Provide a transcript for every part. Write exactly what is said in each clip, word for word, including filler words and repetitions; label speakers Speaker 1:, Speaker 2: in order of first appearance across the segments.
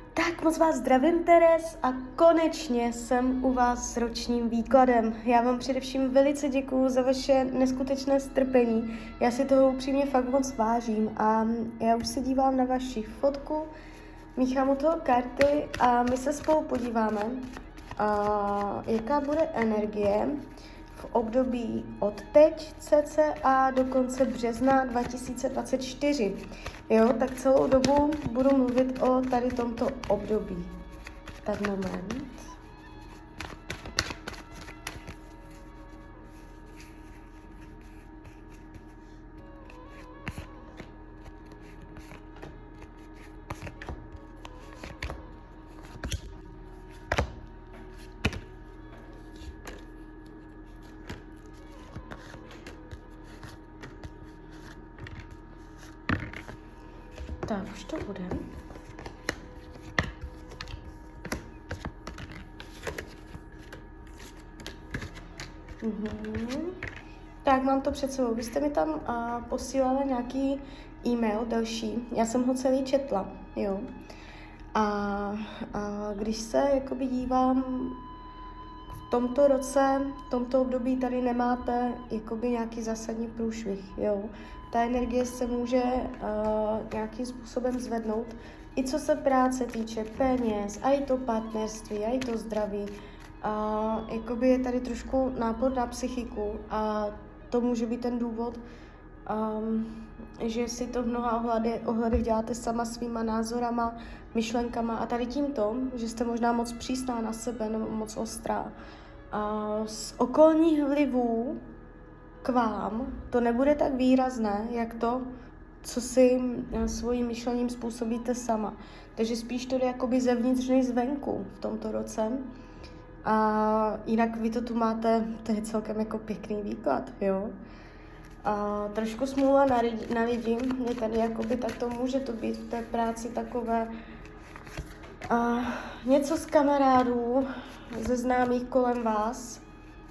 Speaker 1: Tak moc vás zdravím, Teres, a konečně jsem u vás s ročním výkladem. Já vám především velice děkuju za vaše neskutečné strpení. Já si toho upřímně fakt moc vážím a já už se dívám na vaši fotku, míchám u toho karty a my se spolu podíváme, a jaká bude energie v období od teď cca do konce března dva tisíce dvacet čtyři. Jo, tak celou dobu budu mluvit o tady tomto období. Tak moment. Tak, už to bude. Mhm. Tak, mám to před sebou. Vy jste mi tam uh, posílala nějaký e-mail další. Já jsem ho celý četla, jo. A, a když se jakoby dívám v tomto roce, v tomto období tady nemáte jakoby nějaký zásadní průšvih, jo. Ta energie se může uh, nějakým způsobem zvednout. I co se práce týče, peněz, a i to partnerství, a i to zdraví. Uh, jakoby je tady trošku nápor na psychiku a to může být ten důvod, um, že si to v mnoha ohledech, ohledech děláte sama svýma názorama, myšlenkama a tady tímto, že jste možná moc přísná na sebe nebo moc ostrá. Uh, z okolních vlivů k vám to nebude tak výrazné, jak to, co si svým myšlením způsobíte sama. Takže spíš to jde jakoby zevnitř než zvenku v tomto roce. A jinak vy to tu máte, to je celkem jako pěkný výklad, jo. A trošku smůla na, na lidi, je tady jakoby tak to může to být v té práci takové a něco z kamarádů, ze známých kolem vás,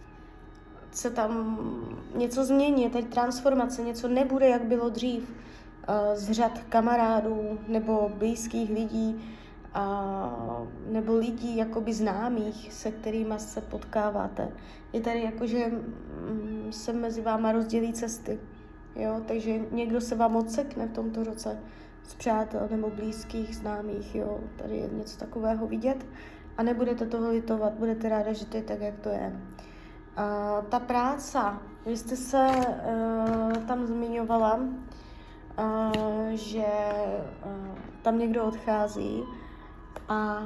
Speaker 1: se tam něco změní, je tady transformace, něco nebude, jak bylo dřív, z řad kamarádů nebo blízkých lidí, a, nebo lidí jakoby známých, se kterými se potkáváte. Je tady jakože mm, se mezi váma rozdělí cesty, jo, takže někdo se vám odsekne v tomto roce z přátel nebo blízkých, známých, jo, tady je něco takového vidět a nebudete toho litovat, budete ráda, že to je tak, jak to je. A ta práce, vy jste se uh, tam zmiňovala, uh, že uh, tam někdo odchází a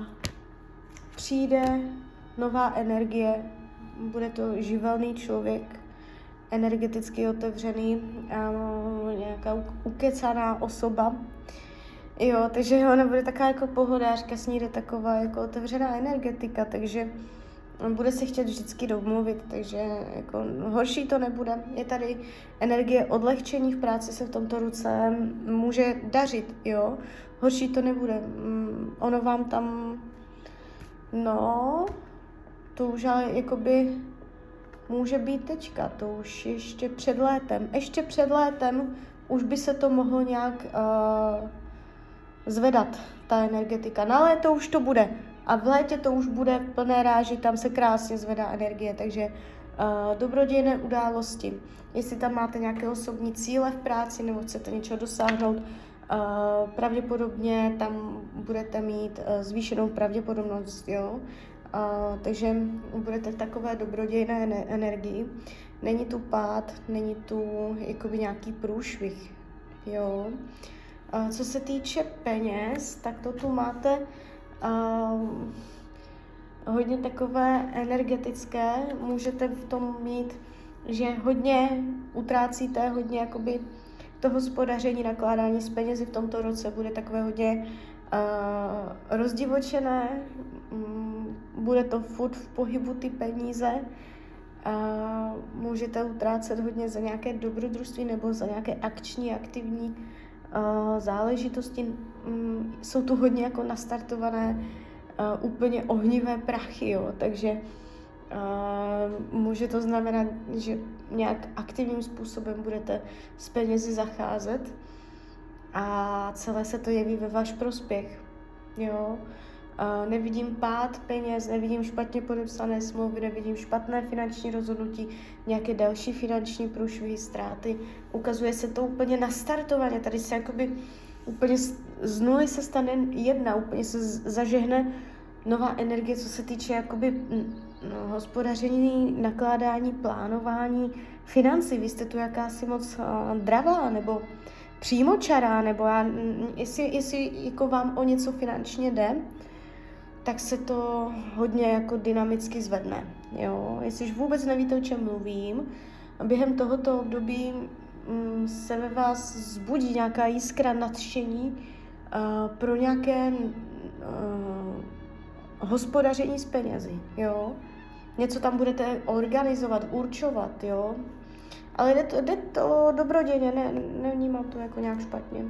Speaker 1: přijde nová energie, bude to živelný člověk, energeticky otevřený, uh, nějaká ukecaná osoba. Jo, takže ona bude taková jako pohodářka, s ní jde taková jako otevřená energetika, takže bude se chtět vždycky domluvit, takže jako horší to nebude. Je tady energie odlehčení v práci, se v tomto roce může dařit, jo. Horší to nebude. Mm, ono vám tam, no, to už ale jakoby může být tečka, to už ještě před létem. Ještě před létem už by se to mohlo nějak uh, zvedat, ta energetika. Na léto už to bude. A v létě to už bude v plné ráži, tam se krásně zvedá energie, takže uh, dobrodějné události. Jestli tam máte nějaké osobní cíle v práci nebo chcete něčeho dosáhnout, uh, pravděpodobně tam budete mít uh, zvýšenou pravděpodobnost, jo. Uh, takže budete v takové dobrodějné energii. Není tu pád, není tu jakoby nějaký průšvih, jo. Uh, co se týče peněz, tak to tu máte Uh, hodně takové energetické, můžete v tom mít, že hodně utrácíte, hodně jakoby to hospodaření, nakládání s penězi v tomto roce bude takové hodně uh, rozdivočené, um, bude to furt v pohybu ty peníze, uh, můžete utrácet hodně za nějaké dobrodružství nebo za nějaké akční, aktivní Uh, záležitosti, um, jsou tu hodně jako nastartované uh, úplně ohnivé prachy, jo, takže uh, může to znamenat, že nějak aktivním způsobem budete s penězi zacházet a celé se to jeví ve váš prospěch. jo. Uh, nevidím pád peněz, nevidím špatně podepsané smlouvy, nevidím špatné finanční rozhodnutí, nějaké další finanční průšvihy, ztráty. Ukazuje se to úplně nastartovaně, tady se jakoby úplně z, z nuly se stane jedna, úplně se z, zažehne nová energie, co se týče jakoby no, hospodaření, nakládání, plánování, financí. Vy jste tu jakási moc uh, dravá, nebo přímočará, nebo já, jestli, jestli jako vám o něco finančně jde, tak se to hodně jako dynamicky zvedne. Jo? Jestli vůbec nevíte, o čem mluvím, během tohoto období mm, se ve vás zbudí nějaká jiskra nadšení uh, pro nějaké uh, hospodaření s penězi. Jo? Něco tam budete organizovat, určovat, jo? Ale jde to, jde to dobrodějně, ne, nevnímám to jako nějak špatně.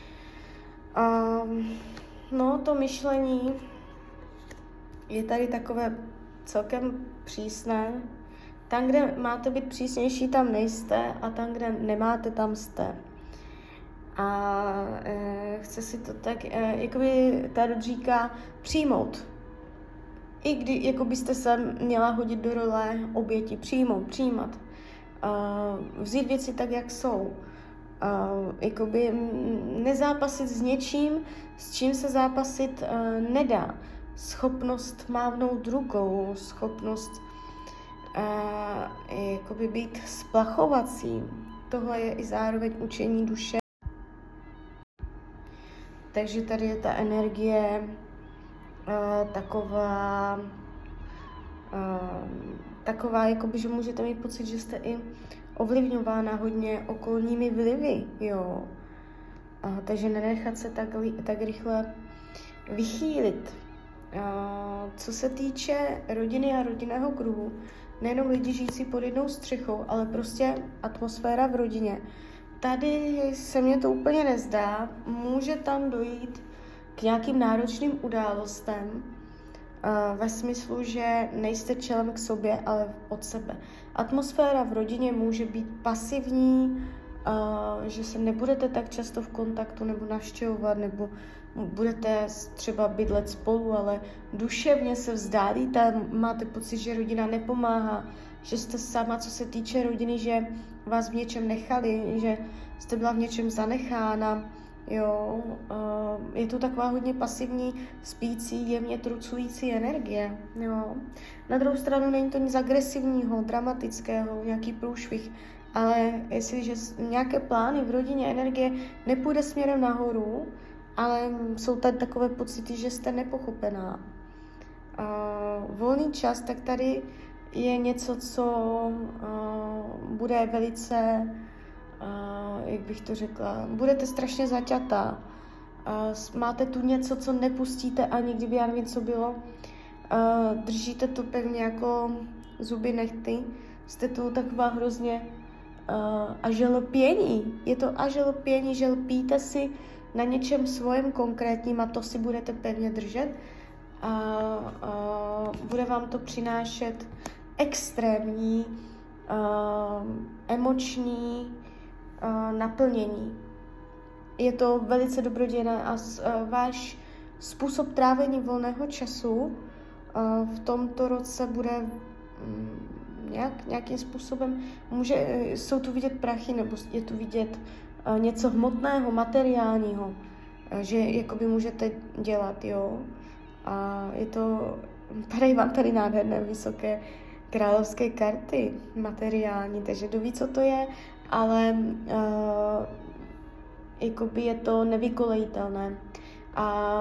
Speaker 1: Um, no, to myšlení je tady takové celkem přísné. Tam, kde máte být přísnější, tam nejste a tam, kde nemáte, tam jste. A e, chce si to tak, e, jakoby Tarot říká, přijmout. I kdy jako byste se měla hodit do role oběti, přijmout, přijímat. Uh, vzít věci tak, jak jsou. Uh, jakoby nezápasit s něčím, s čím se zápasit uh, nedá. Schopnost mávnout rukou, schopnost uh, jakoby být splachovacím. Tohle je i zároveň učení duše. Takže tady je ta energie uh, taková uh, taková, jakoby, že můžete mít pocit, že jste i ovlivňována hodně okolními vlivy, jo. A, takže nenechat se tak, tak rychle vychýlit. A, co se týče rodiny a rodinného kruhu, nejenom lidi žijící pod jednou střechou, ale prostě atmosféra v rodině. Tady se mně to úplně nezdá. Může tam dojít k nějakým náročným událostem, Uh, ve smyslu, že nejste čelem k sobě, ale od sebe. Atmosféra v rodině může být pasivní, uh, že se nebudete tak často v kontaktu nebo navštěvovat, nebo budete třeba bydlet spolu, ale duševně se vzdálíte, máte pocit, že rodina nepomáhá, že jste sama, co se týče rodiny, že vás v něčem nechali, že jste byla v něčem zanechána. Jo, uh, je to taková hodně pasivní, spící, jemně trucující energie. Jo. Na druhou stranu není to nic agresivního, dramatického, nějaký průšvih, ale jestliže nějaké plány v rodině, energie nepůjde směrem nahoru, ale jsou tady takové pocity, že jste nepochopená. Uh, volný čas, tak tady je něco, co uh, bude velice Uh, jak bych to řekla, budete strašně zaťatá. Uh, máte tu něco, co nepustíte ani kdyby já nevím, co bylo. Uh, držíte to pevně jako zuby nehty. Jste tu taková hrozně uh, a želopění. Je to a želopění, že lpíte si na něčem svém konkrétním a to si budete pevně držet. A uh, bude vám to přinášet extrémní, uh, emoční Uh, naplnění. Je to velice dobrodějné a uh, váš způsob trávení volného času uh, v tomto roce bude um, nějak, nějakým způsobem, může, jsou tu vidět prachy, nebo je tu vidět uh, něco hmotného, materiálního, uh, že jakoby můžete dělat, jo. A je to, padají vám tady nádherné vysoké královské karty materiální, takže kdo ví, co to je, ale uh, jakoby je to nevykolejitelné. A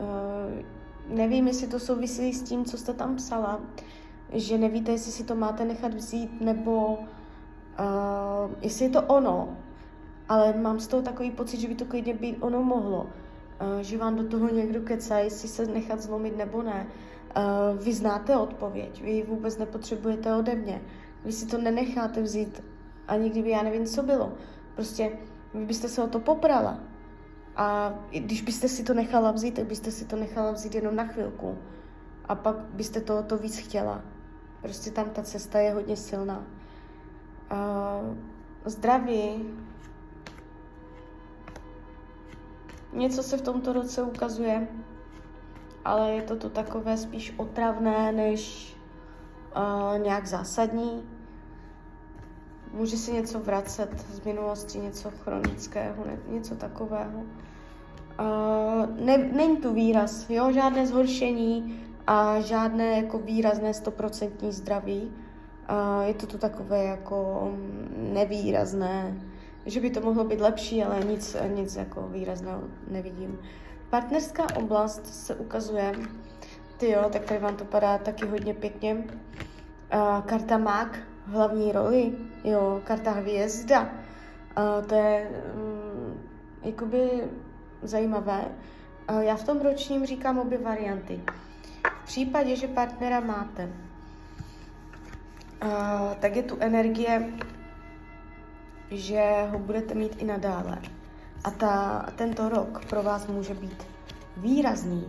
Speaker 1: uh, nevím, jestli to souvisí s tím, co jste tam psala, že nevíte, jestli si to máte nechat vzít, nebo uh, jestli je to ono, ale mám z toho takový pocit, že by to klidně být ono mohlo. Uh, že vám do toho někdo kecá, jestli se nechat zlomit nebo ne. Uh, vy znáte odpověď, vy ji vůbec nepotřebujete ode mě. Vy si to nenecháte vzít, ani kdyby já nevím, co bylo. Prostě vy byste se o to poprala. A když byste si to nechala vzít, tak byste si to nechala vzít jenom na chvilku. A pak byste to, to víc chtěla. Prostě tam ta cesta je hodně silná. Uh, zdraví. Něco se v tomto roce ukazuje ale je to tu takové spíš otravné, než uh, nějak zásadní. Může si něco vracet z minulosti, něco chronického, ne, něco takového. Uh, ne, není tu výraz, jo, žádné zhoršení a žádné jako výrazné stoprocentní zdraví. Uh, je to tu takové jako nevýrazné, že by to mohlo být lepší, ale nic, nic jako výrazného nevidím. Partnerská oblast se ukazuje, tyjo, tak tady vám to padá taky hodně pěkně. Uh, karta mák, hlavní roli, jo, karta hvězda. Uh, to je um, jakoby zajímavé. Uh, já v tom ročním říkám obě varianty. V případě, že partnera máte, uh, tak je tu energie, že ho budete mít i nadále. A ta, tento rok pro vás může být výrazný,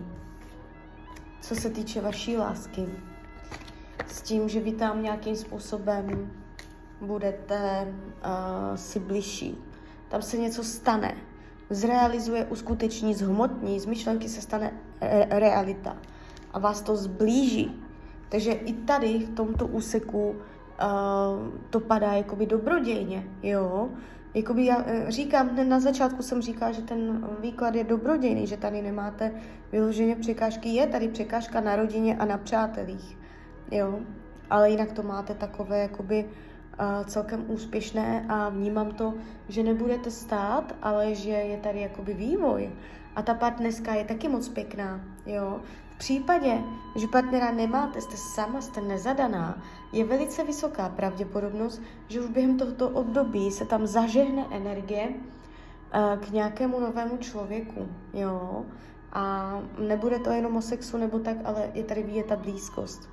Speaker 1: co se týče vaší lásky. S tím, že vy tam nějakým způsobem budete uh, si bližší. Tam se něco stane. Zrealizuje, uskuteční, zhmotní, z myšlenky se stane re- realita. A vás to zblíží. Takže i tady v tomto úseku uh, to padá jakoby dobrodějně, jo. Jakoby já říkám, hned na začátku jsem říkala, že ten výklad je dobrodějný, že tady nemáte vyloženě překážky. Je tady překážka na rodině a na přátelích, jo. Ale jinak to máte takové jakoby uh, celkem úspěšné a vnímám to, že nebudete stát, ale že je tady jakoby vývoj. A ta partnerská je taky moc pěkná, jo. V případě, že partnera nemáte, jste sama, jste nezadaná, je velice vysoká pravděpodobnost, že už během tohoto období se tam zažehne energie uh, k nějakému novému člověku, jo. A nebude to jenom o sexu nebo tak, ale je tady vidět ta blízkost.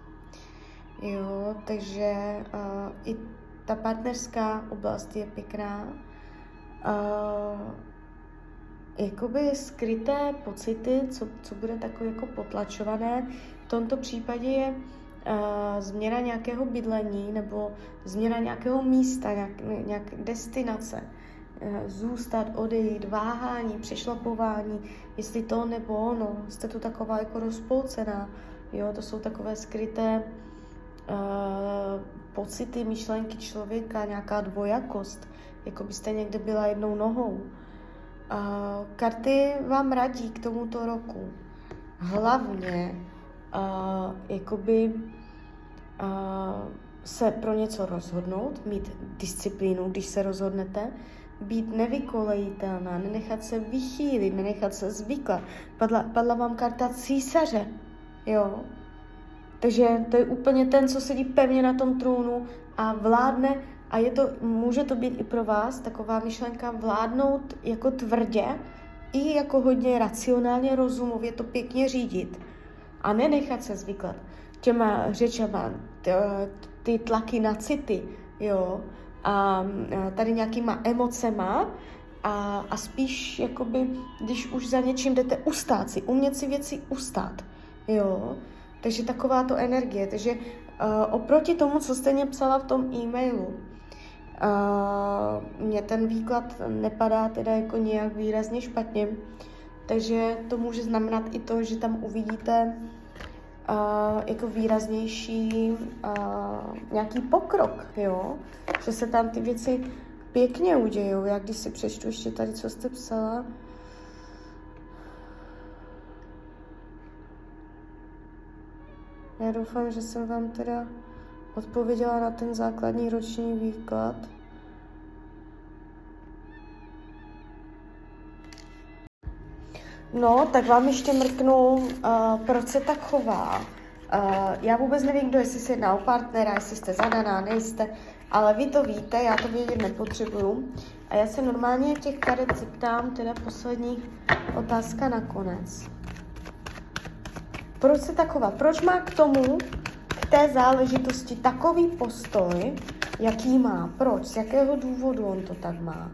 Speaker 1: Jo, takže uh, i ta partnerská oblast je pěkná. Uh, jakoby skryté pocity, co, co bude takové jako potlačované. V tomto případě je uh, změna nějakého bydlení nebo změna nějakého místa, nějak, nějak destinace. Uh, zůstat, odejít, váhání, přešlapování, jestli to nebo ono. Jste tu taková jako rozpolcená. Jo, to jsou takové skryté uh, pocity, myšlenky člověka, nějaká dvojakost, jako byste někde byla jednou nohou. Uh, karty vám radí k tomuto roku. Hlavně uh, jakoby uh, se pro něco rozhodnout, mít disciplínu, když se rozhodnete, být nevykolejitelná, nenechat se vychýlit, nenechat se zvyklat. Padla, padla vám karta císaře, jo. Takže to je úplně ten, co sedí pevně na tom trůnu a vládne. A je to, může to být i pro vás taková myšlenka vládnout jako tvrdě i jako hodně racionálně, rozumově to pěkně řídit. A nenechat se zvyklat těma řečama, ty tlaky na city, jo, a tady nějakýma emocema a, a spíš jakoby, když už za něčím jdete ustát si, umět si věci ustát, jo. Takže taková to energie. Takže uh, oproti tomu, co jste mě psala v tom e-mailu, uh, mně ten výklad nepadá teda jako nějak výrazně špatně, takže to může znamenat i to, že tam uvidíte uh, jako výraznější uh, nějaký pokrok, jo? Že se tam ty věci pěkně udějou. Já když si přečtu ještě tady, co jste psala, já doufám, že jsem vám teda odpověděla na ten základní roční výklad. No, tak vám ještě mrknu, uh, proč se tak chová. Uh, já vůbec nevím, kdo, jestli se jedná o partnera, jestli jste zadaná, nejste, ale vy to víte, já to vědět nepotřebuju. A já se normálně těch karet zeptám, teda poslední otázka nakonec. Proč se tak chová? Proč má k tomu, k té záležitosti takový postoj, jaký má? Proč? Z jakého důvodu on to tak má?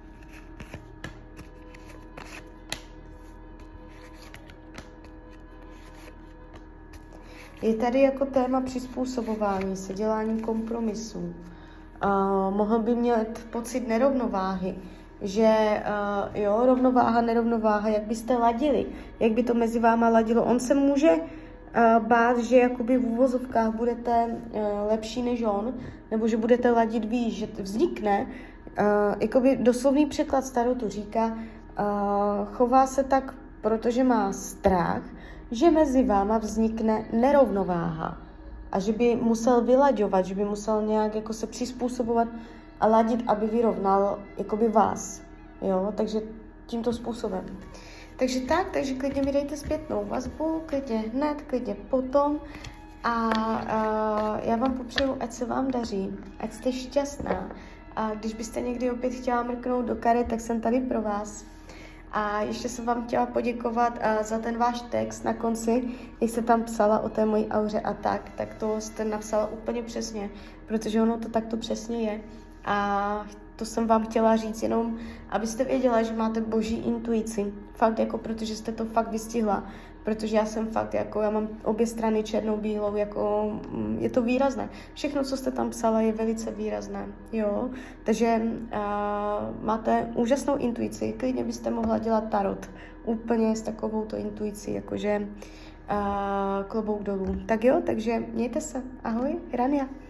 Speaker 1: Je tady jako téma přizpůsobování se, dělání kompromisů. Uh, mohl by mít pocit nerovnováhy, že uh, jo, rovnováha, nerovnováha, jak byste ladili, jak by to mezi váma ladilo. On se může uh, bát, že jakoby v uvozovkách budete uh, lepší než on, nebo že budete ladit výš, že vznikne, uh, jakoby doslovný překlad starotu říká, uh, chová se tak, protože má strach, že mezi váma vznikne nerovnováha a že by musel vylaďovat, že by musel nějak jako se přizpůsobovat a ladit, aby vyrovnal jakoby vás, jo, takže tímto způsobem. Takže tak, takže klidně mi dejte zpětnou vazbu, klidně hned, klidně potom a, a já vám popřeju, ať se vám daří, ať jste šťastná a když byste někdy opět chtěla mrknout do karet, tak jsem tady pro vás. A ještě jsem vám chtěla poděkovat uh, za ten váš text na konci, jak jste tam psala o té mojí auře a tak, tak to jste napsala úplně přesně, protože ono to takto přesně je. A to jsem vám chtěla říct jenom, abyste věděla, že máte boží intuici. Fakt jako, protože jste to fakt vystihla. Protože já jsem fakt jako, já mám obě strany černou, bílou, jako je to výrazné. Všechno, co jste tam psala, je velice výrazné, jo. Takže uh, máte úžasnou intuici, klidně byste mohla dělat tarot. Úplně s takovouto intuicí, jakože uh, klobouk dolů. Tak jo, takže mějte se. Ahoj, Rania.